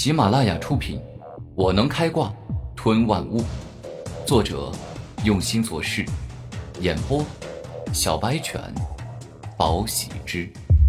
喜马拉雅出品，我能开挂吞万物。作者用心做事，演播小白犬，宝喜之。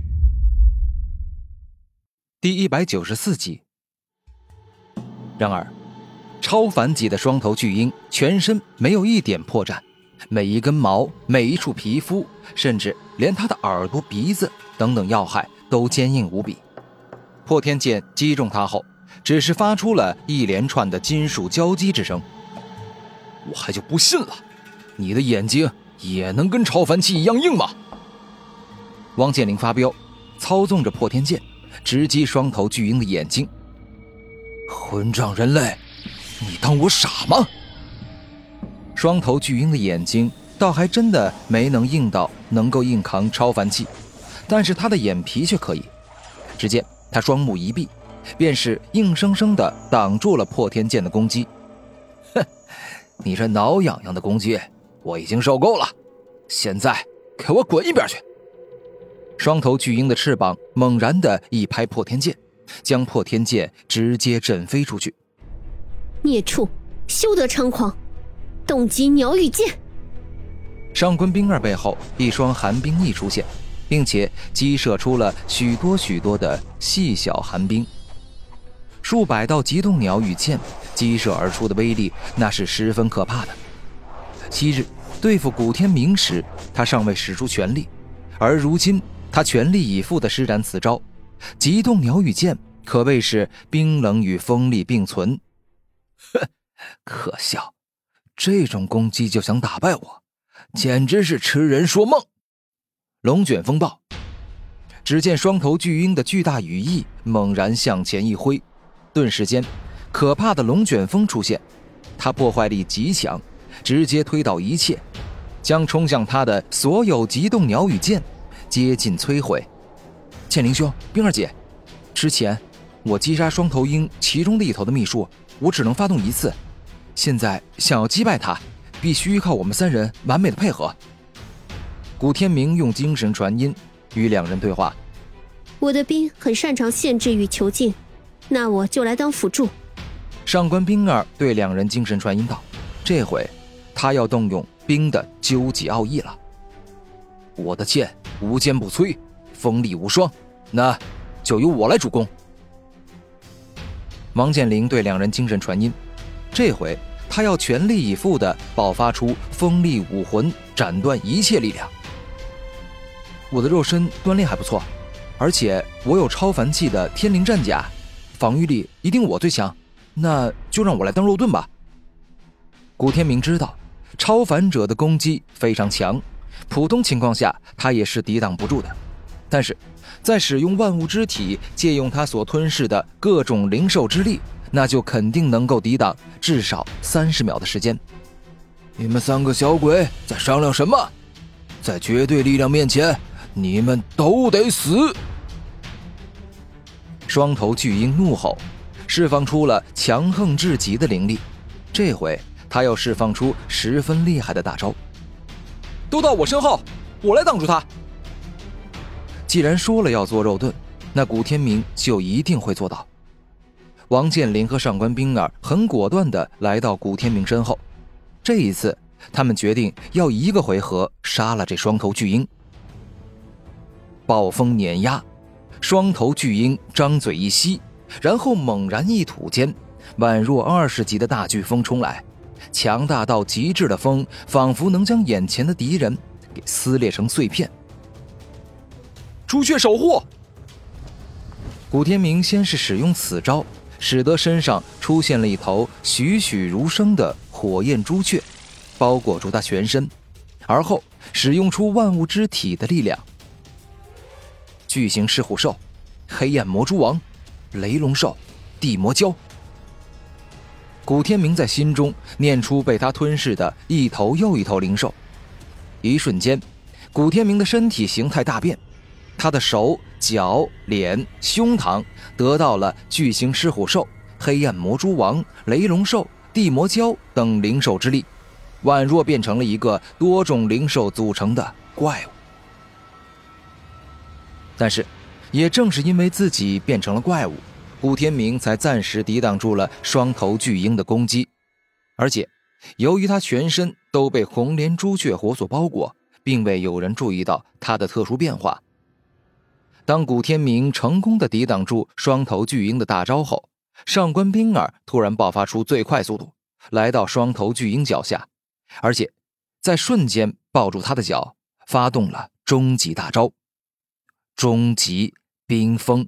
第194集。然而超凡级的双头巨鹰全身没有一点破绽，每一根毛，每一处皮肤，甚至连它的耳朵、鼻子等等要害都坚硬无比。破天剑击中它后，只是发出了一连串的金属交击之声。我还就不信了，你的眼睛也能跟超凡器一样硬吗？汪建林发飙，操纵着破天剑直击双头巨鹰的眼睛。混账人类，你当我傻吗？双头巨鹰的眼睛倒还真的没能硬到能够硬扛超凡器，但是他的眼皮却可以。只见他双目一闭，便是硬生生地挡住了破天剑的攻击。哼，你这挠痒痒的攻击我已经受够了，现在给我滚一边去！双头巨鹰的翅膀猛然地一拍破天剑，将破天剑直接震飞出去。 孽畜，休得猖狂，动击鸟羽剑！ 上官冰儿背后一双寒冰翼出现，并且激射出了许多的细小寒冰。数百道极冻鸟羽剑激射而出的威力，那是十分可怕的。昔日对付古天明时，他尚未使出全力，而如今他全力以赴地施展此招，极冻鸟羽剑可谓是冰冷与锋利并存。哼，可笑，这种攻击就想打败我，简直是痴人说梦。龙卷风暴，只见双头巨鹰的巨大羽翼猛然向前一挥，顿时间可怕的龙卷风出现，它破坏力极强，直接推倒一切，将冲向它的所有极冻鸟羽剑接近摧毁。剑灵兄，冰儿姐，之前我击杀双头鹰其中的一头的秘术，我只能发动一次，现在想要击败他，必须依靠我们三人完美的配合。古天明用精神传音与两人对话。 我的兵很擅长限制与囚禁，那我就来当辅助。 上官冰儿对两人精神传音道，这回他要动用冰的究极奥义了。我的剑无坚不摧，锋利无双，那就由我来主攻。王健林对两人精神传音，这回他要全力以赴地爆发出锋利武魂，斩断一切力量。我的肉身锻炼还不错，而且我有超凡器的天灵战甲，防御力一定我最强，那就让我来当肉盾吧。古天明知道超凡者的攻击非常强，普通情况下他也是抵挡不住的，但是在使用万物之体借用他所吞噬的各种灵兽之力，那就肯定能够抵挡至少30秒的时间。你们三个小鬼在商量什么？在绝对力量面前，你们都得死！双头巨鹰怒吼，释放出了强横至极的灵力，这回他要释放出十分厉害的大招。都到我身后，我来挡住他。既然说了要做肉盾，那古天明就一定会做到。王健林和上官冰儿很果断地来到古天明身后，这一次他们决定要一个回合杀了这双头巨鹰。暴风碾压，双头巨鹰张嘴一吸，然后猛然一吐间，宛若20级的大飓风冲来，强大到极致的风仿佛能将眼前的敌人给撕裂成碎片。朱雀守护！古天明先是使用此招，使得身上出现了一头栩栩如生的火焰朱雀，包裹住他全身，而后使用出万物之体的力量。巨型狮虎兽、黑暗魔蛛王、雷龙兽、地魔蛟。古天明在心中念出被他吞噬的一头又一头灵兽，一瞬间，古天明的身体形态大变，他的手、脚、脸、胸膛得到了巨型狮虎兽、黑暗魔蛛王、雷龙兽、地魔蛟等灵兽之力，宛若变成了一个多种灵兽组成的怪物。但是也正是因为自己变成了怪物， 古天明才暂时抵挡住了双头巨鹰的攻击。而且由于他全身都被红莲朱雀火所包裹，并未有人注意到他的特殊变化。当古天明成功地抵挡住双头巨鹰的大招后，上官冰儿突然爆发出最快速度，来到双头巨鹰脚下，而且在瞬间抱住他的脚，发动了终极大招——终极冰封。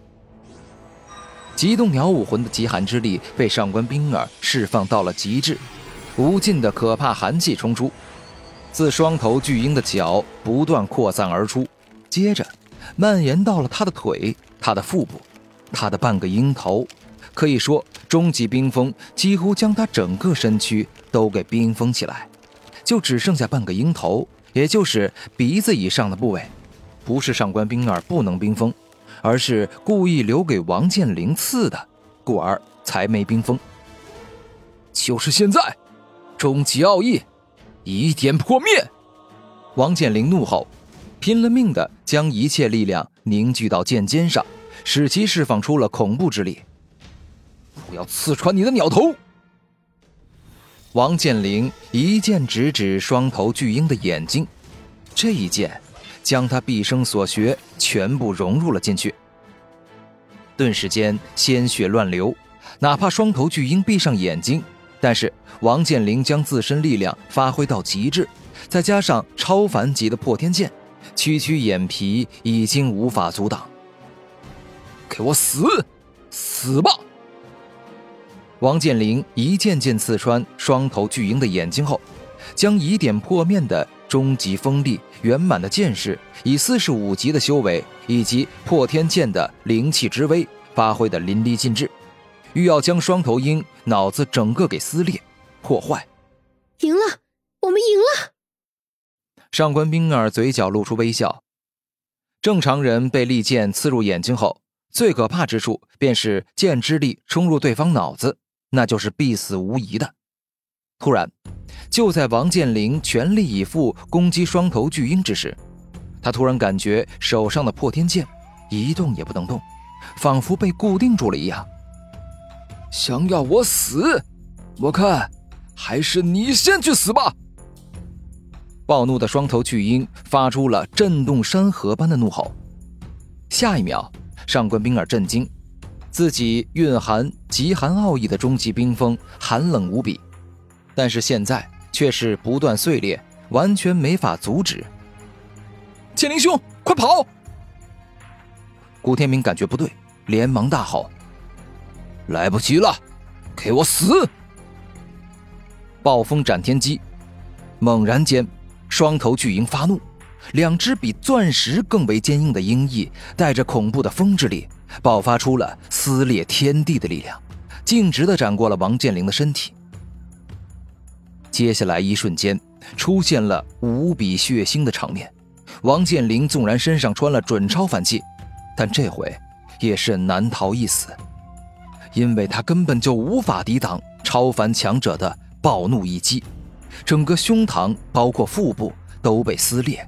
极冻鸟武魂的极寒之力被上官冰儿释放到了极致，无尽的可怕寒气冲出，自双头巨鹰的脚不断扩散而出，接着蔓延到了他的腿、他的腹部、他的半个鹰头。可以说终极冰封几乎将他整个身躯都给冰封起来，就只剩下半个鹰头，也就是鼻子以上的部位。不是上官冰儿不能冰封，而是故意留给王健林刺的，故而才没冰封。就是现在，终极奥义，一点破灭！王健林怒吼，拼了命地将一切力量凝聚到剑尖上，使其释放出了恐怖之力。我要刺穿你的鸟头！王健林一剑直指双头巨鹰的眼睛，这一剑将他毕生所学全部融入了进去。顿时间鲜血乱流，哪怕双头巨鹰闭上眼睛，但是王健林将自身力量发挥到极致，再加上超凡级的破天剑，区区眼皮已经无法阻挡。给我死！死吧！王健林一剑剑刺穿双头巨鹰的眼睛后，将以点破面的终极锋利圆满的剑势，以45级的修为以及破天剑的灵气之威发挥得淋漓尽致，欲要将双头鹰脑子整个给撕裂破坏。 赢了，我们赢了！ 上官冰儿嘴角露出微笑。正常人被利剑刺入眼睛后，最可怕之处便是剑之力冲入对方脑子，那就是必死无疑的。突然，就在王健林全力以赴攻击双头巨鹰之时，他突然感觉手上的破天剑一动也不能动，仿佛被固定住了一样。想要我死？我看还是你先去死吧！暴怒的双头巨鹰发出了震动山河般的怒吼。下一秒，上官冰儿震惊，自己蕴含极寒奥义的终极冰封寒冷无比，但是现在却是不断碎裂，完全没法阻止。剑灵兄，快跑！古天明感觉不对，连忙大吼：来不及了，给我死！暴风斩天机，猛然间双头巨鹰发怒，两只比钻石更为坚硬的鹰翼带着恐怖的风之力，爆发出了撕裂天地的力量，径直地斩过了王健林的身体。接下来一瞬间出现了无比血腥的场面，王健林纵然身上穿了准超凡技，但这回也是难逃一死，因为他根本就无法抵挡超凡强者的暴怒一击，整个胸膛包括腹部都被撕裂。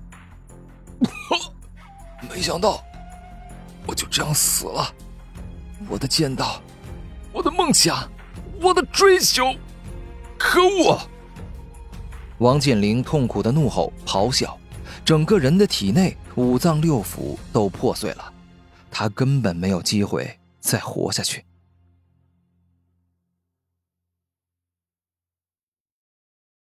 没想到我就这样死了，我的剑道，我的梦想，我的追求，可恶！王健林痛苦的怒吼咆哮，整个人的体内五脏六腑都破碎了，他根本没有机会再活下去。